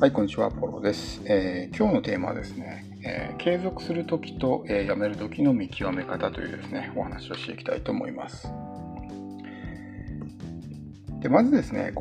はい、こんにちは、ポロです。今日のテーマはですね、継続するときと、やめるときの見極め方というですね、お話をしていきたいと思います。で、まずですね、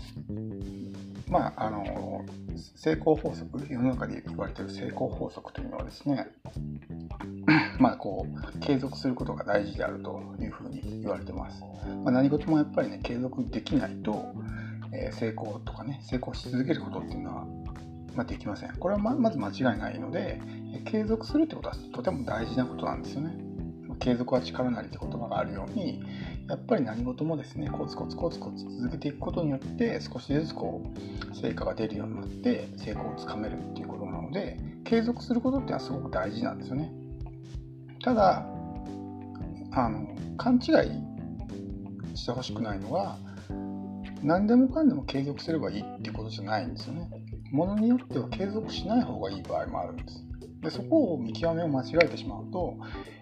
成功法則、世の中で言われている成功法則というのはですね、継続することが大事であるというふうに言われてます。何事もやっぱりね、継続できないと、成功とかね、成功し続けることっていうのは、できません。これはまず間違いないので、継続するってことはとても大事なことなんですよね。継続は力なりって言葉があるように、やっぱり何事もですね、コツコツ続けていくことによって少しずつ成果が出るようになって成功をつかめるっていうことなので、継続することっていうのはすごく大事なんですよね。ただ勘違いしてほしくないのは、何でもかんでも継続すればいいっていうことじゃないんですよね。ものによっては継続しない方がいい場合もあるんです。で、そこを見極めを間違えてしまうと、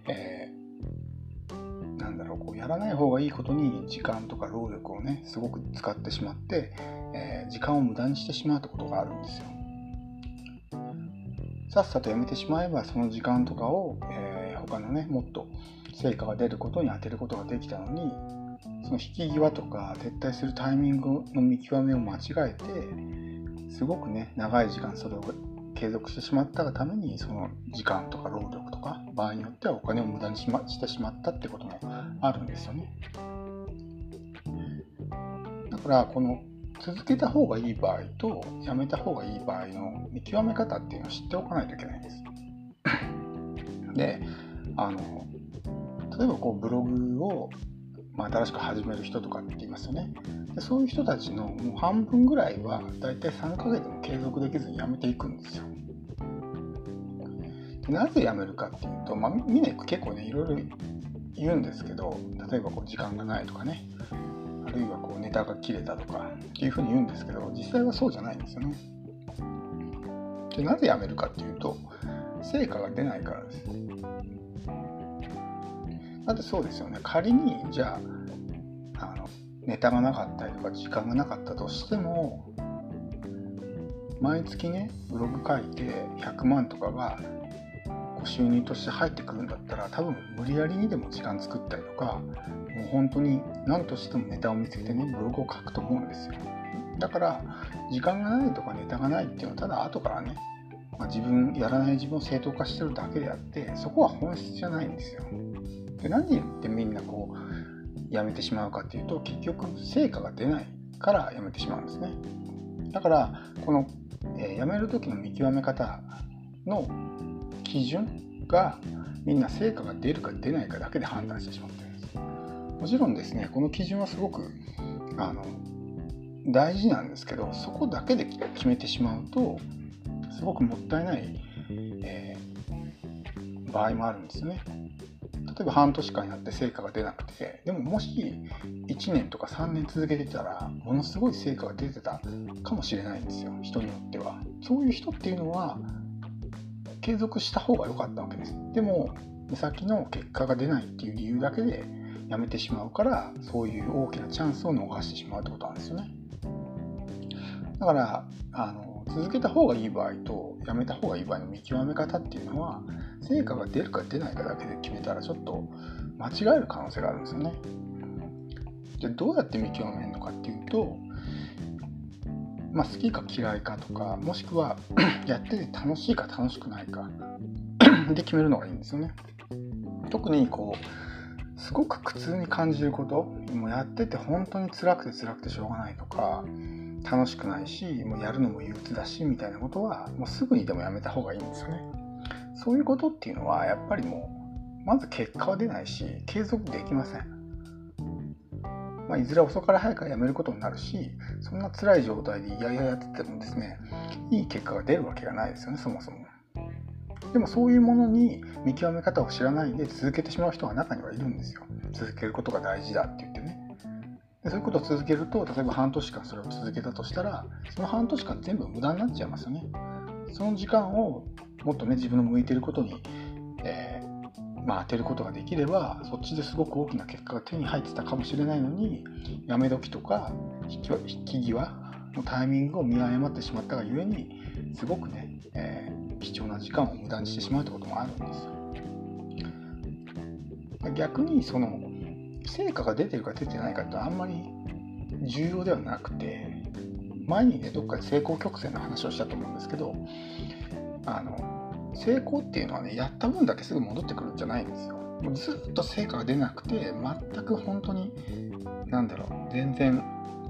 やらない方がいいことに時間とか労力をね、すごく使ってしまって、時間を無駄にしてしまうってことがあるんですよ。さっさとやめてしまえば、その時間とかを、他のね、もっと成果が出ることに当てることができたのに、その引き際とか撤退するタイミングの見極めを間違えて、すごくね、長い時間それを継続してしまったがために、その時間とか労力とか場合によってはお金を無駄にしてしまったってこともあるんですよね。だからこの続けた方がいい場合とやめた方がいい場合の見極め方っていうのを知っておかないといけないんです。で、例えばブログを新しく始める人とかって言いますよね。で、そういう人たちのもう半分ぐらいはだいたい3ヶ月も継続できずにやめていくんですよ。で、なぜやめるかっていうと、みんな結構ね、いろいろ言うんですけど、例えば時間がないとかね、あるいはネタが切れたとかっていうふうに言うんですけど、実際はそうじゃないんですよね。で、なぜやめるかっていうと、成果が出ないからです。だってそうですよね。仮にじゃあネタがなかったりとか時間がなかったとしても、毎月ねブログ書いて100万とかが収入として入ってくるんだったら、多分無理やりにでも時間作ったりとか、もう本当に何としてもネタを見つけてねブログを書くと思うんですよ。だから時間がないとかネタがないっていうのはただ後からね、やらない自分を正当化してるだけであって、そこは本質じゃないんですよ。で、何言ってみんなやめてしまうかっていうと、結局成果が出ないからやめてしまうんですね。だからやめる時の見極め方の基準が、みんな成果が出るか出ないかだけで判断してしまっているんです。もちろんですね、この基準はすごく大事なんですけど、そこだけで決めてしまうとすごくもったいない、場合もあるんですよね。例えば半年間やって成果が出なくて、でももし1年とか3年続けてたらものすごい成果が出てたかもしれないんですよ、人によっては。そういう人っていうのは継続した方が良かったわけです。でも目先の結果が出ないっていう理由だけでやめてしまうから、そういう大きなチャンスを逃してしまうってことなんですよね。だから続けた方がいい場合とやめた方がいい場合の見極め方っていうのは、成果が出るか出ないかだけで決めたらちょっと間違える可能性があるんですよね。で、どうやって見極めるのかっていうと、好きか嫌いかとか、もしくはやってて楽しいか楽しくないかで決めるのがいいんですよね。特にすごく苦痛に感じること、もうやってて本当に辛くてしょうがないとか、楽しくないし、もうやるのも憂鬱だしみたいなことは、もうすぐにでもやめた方がいいんですよね。そういうことっていうのはやっぱりまず結果は出ないし、継続できません。いずれ遅かれ早かれやめることになるし、そんな辛い状態でやっててもですね、いい結果が出るわけがないですよね、そもそも。でもそういうものに見極め方を知らないで続けてしまう人が中にはいるんですよ。続けることが大事だって言ってね。で、そういうことを続けると、例えば半年間それを続けたとしたら、その半年間全部無駄になっちゃいますよね。その時間をもっとね、自分の向いていることに、当てることができれば、そっちですごく大きな結果が手に入ってたかもしれないのに、やめ時とか引き際のタイミングを見誤ってしまったがゆえにすごくね、貴重な時間を無駄にしてしまうということもあるんですよ。逆にその成果が出てるか出てないかってあんまり重要ではなくて、前にねどっかで成功曲線の話をしたと思うんですけど、成功っていうのはね、やった分だけすぐ戻ってくるんじゃないんですよ。もうずっと成果が出なくて、全く本当に全然、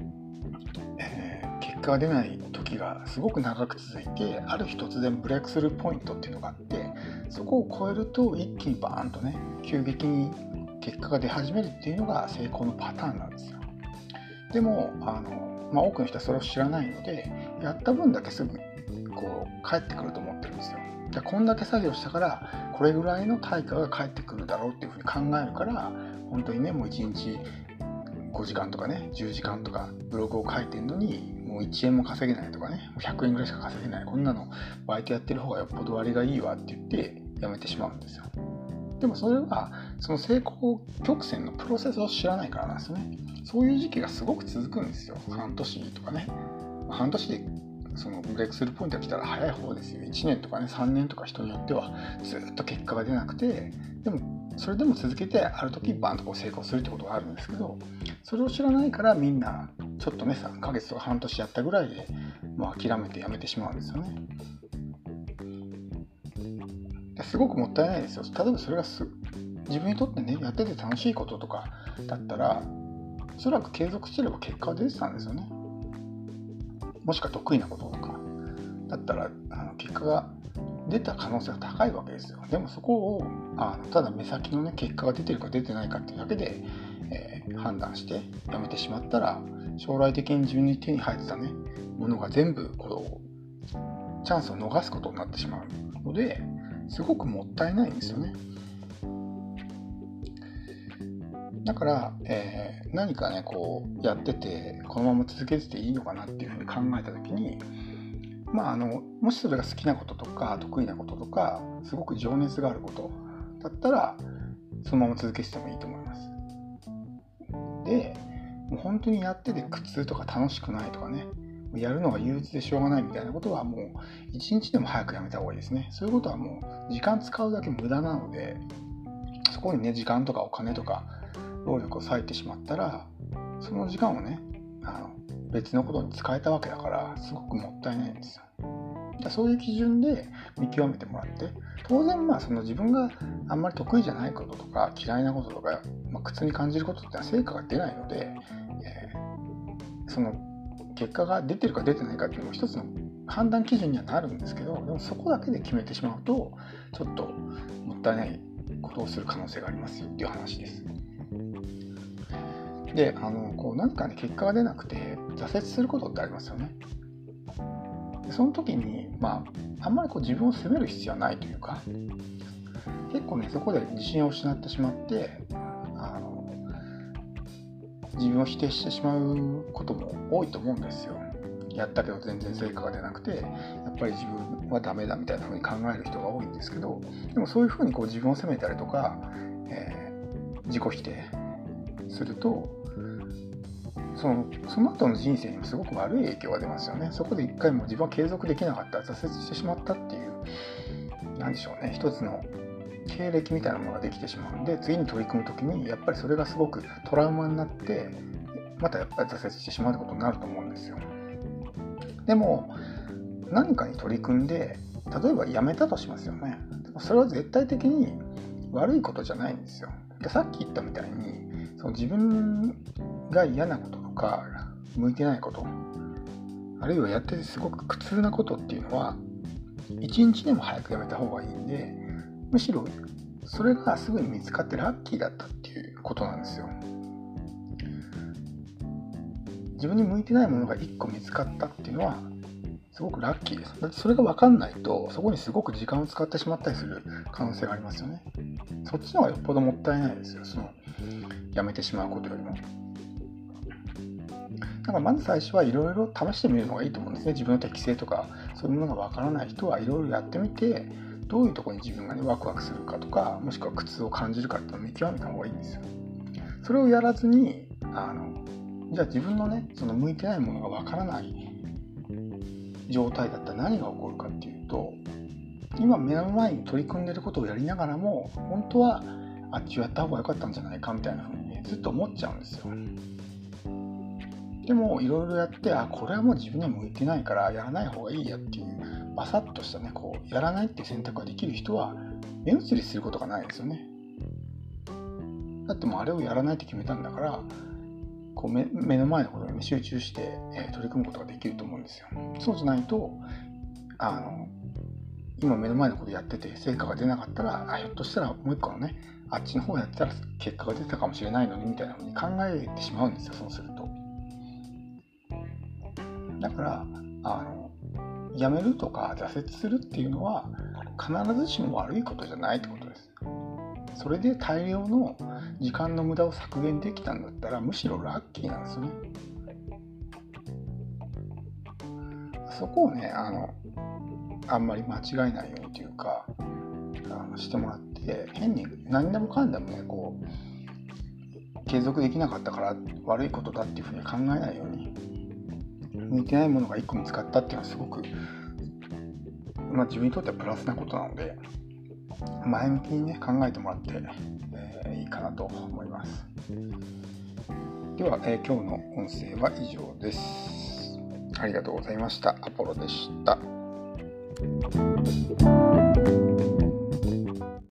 結果が出ない時がすごく長く続いて、ある日突然ブレイクスルーポイントっていうのがあって、そこを超えると一気にバーンとね急激に結果が出始めるっていうのが成功のパターンなんですよ。でも多くの人はそれを知らないので、やった分だけすぐ返ってくると思ってるんですよ。こんだけ作業したからこれぐらいの対価が返ってくるだろうっていうふうに考えるから、本当にねもう1日5時間とかね10時間とかブログを書いてるのにもう1円も稼げないとかね、100円ぐらいしか稼げない、こんなのバイトやってる方がよっぽど割がいいわって言ってやめてしまうんですよ。でもそれはその成功曲線のプロセスを知らないからなんですよね。そういう時期がすごく続くんですよ。半年とかね、半年でそのブレイクスルーポイントが来たら早い方ですよ。1年とかね3年とか人によってはずっと結果が出なくて、でもそれでも続けてある時バンと成功するってことがあるんですけど、それを知らないからみんなちょっとね3ヶ月とか半年やったぐらいでもう諦めてやめてしまうんですよね。すごくもったいないですよ。例えばそれが自分にとってねやってて楽しいこととかだったら、おそらく継続してれば結果が出てたんですよね。もしくは得意なこととかだったら結果が出た可能性が高いわけですよ。でもそこをただ目先のね結果が出てるか出てないかっていうだけで、判断してやめてしまったら、将来的に自分に手に入ってたねものが全部チャンスを逃すことになってしまうので、すごくもったいないんですよね。だから、何かねやっててこのまま続けてていいのかなっていうふうに考えた時に、もしそれが好きなこととか得意なこととかすごく情熱があることだったらそのまま続けててもいいと思います。でもう本当にやってて苦痛とか楽しくないとかね、やるのが憂鬱でしょうがないみたいなことはもう一日でも早くやめた方がいいですね。そういうことはもう時間使うだけ無駄なので、そこにね時間とかお金とか労力を割いてしまったら、その時間をね別のことに使えたわけだから、すごくもったいないんですよ。そういう基準で見極めてもらって、当然その自分があんまり得意じゃないこととか嫌いなこととか、苦痛に感じることってのは成果が出ないので、その結果が出てるか出てないかっていうのも一つの判断基準にはなるんですけど、でもそこだけで決めてしまうとちょっともったいないことをする可能性がありますよっていう話です。で何かね結果が出なくて挫折することってありますよね。でその時にあんまり自分を責める必要はないというか、結構ねそこで自信を失ってしまって自分を否定してしまうことも多いと思うんですよ。やったけど全然成果が出なくて、やっぱり自分はダメだみたいな風に考える人が多いんですけど、でもそういう風に自分を責めたりとか、自己否定するとその後の人生にもすごく悪い影響が出ますよね。そこで一回も自分は継続できなかった、挫折してしまったっていう、なんでしょうね、一つの経歴みたいなものができてしまうんで、次に取り組む時にやっぱりそれがすごくトラウマになってまたやっぱり挫折してしまうってことになると思うんですよ。でも何かに取り組んで例えばやめたとしますよね。でもそれは絶対的に悪いことじゃないんですよ。でさっき言ったみたいに自分が嫌なこととか向いてないこと、あるいはやっててすごく苦痛なことっていうのは一日でも早くやめた方がいいんで、むしろそれがすぐに見つかってラッキーだったっていうことなんですよ。自分に向いてないものが1個見つかったっていうのはすごくラッキーです。だってそれが分かんないとそこにすごく時間を使ってしまったりする可能性がありますよね。そっちの方がよっぽどもったいないですよ、やめてしまうことよりも。だからまず最初はいろいろ試してみるのがいいと思うんですね。自分の適性とかそういうものが分からない人はいろいろやってみて、どういうところに自分がワクワクするかとか、もしくは苦痛を感じるかっていうのを見極めた方がいいんですよ。それをやらずにじゃあ自分のね向いてないものが分からない状態だったら何が起こるかっていうと、今目の前に取り組んでることをやりながらも本当はあっちをやった方が良かったんじゃないかみたいな風にね、ずっと思っちゃうんですよ。でもいろいろやって、これはもう自分には向いてないからやらない方がいいやっていうバサッとしたね、こうやらないっていう選択ができる人は目移りすることがないですよね。だってもうあれをやらないって決めたんだから、こう 目の前のことに、ね、集中して、取り組むことができると思うんですよ。そうじゃないと今目の前のことやってて成果が出なかったら、ひょっとしたらもう一個のね、あっちの方やってたら結果が出たかもしれないのにみたいなふうに考えてしまうんですよ。そうするとだからやめるとか挫折するっていうのは必ずしも悪いことじゃないってことです。それで大量の時間の無駄を削減できたんだったらむしろラッキーなんですよね。そこをねあんまり間違えないようにというかしてもらって、変に何でもかんでもねこう継続できなかったから悪いことだっていうふうに考えないように、向いてないものが1個見つかったっていうのはすごく、自分にとってはプラスなことなので、前向きにね考えてもらって、いいかなと思います。では、今日の音声は以上です。ありがとうございました。アポロでした。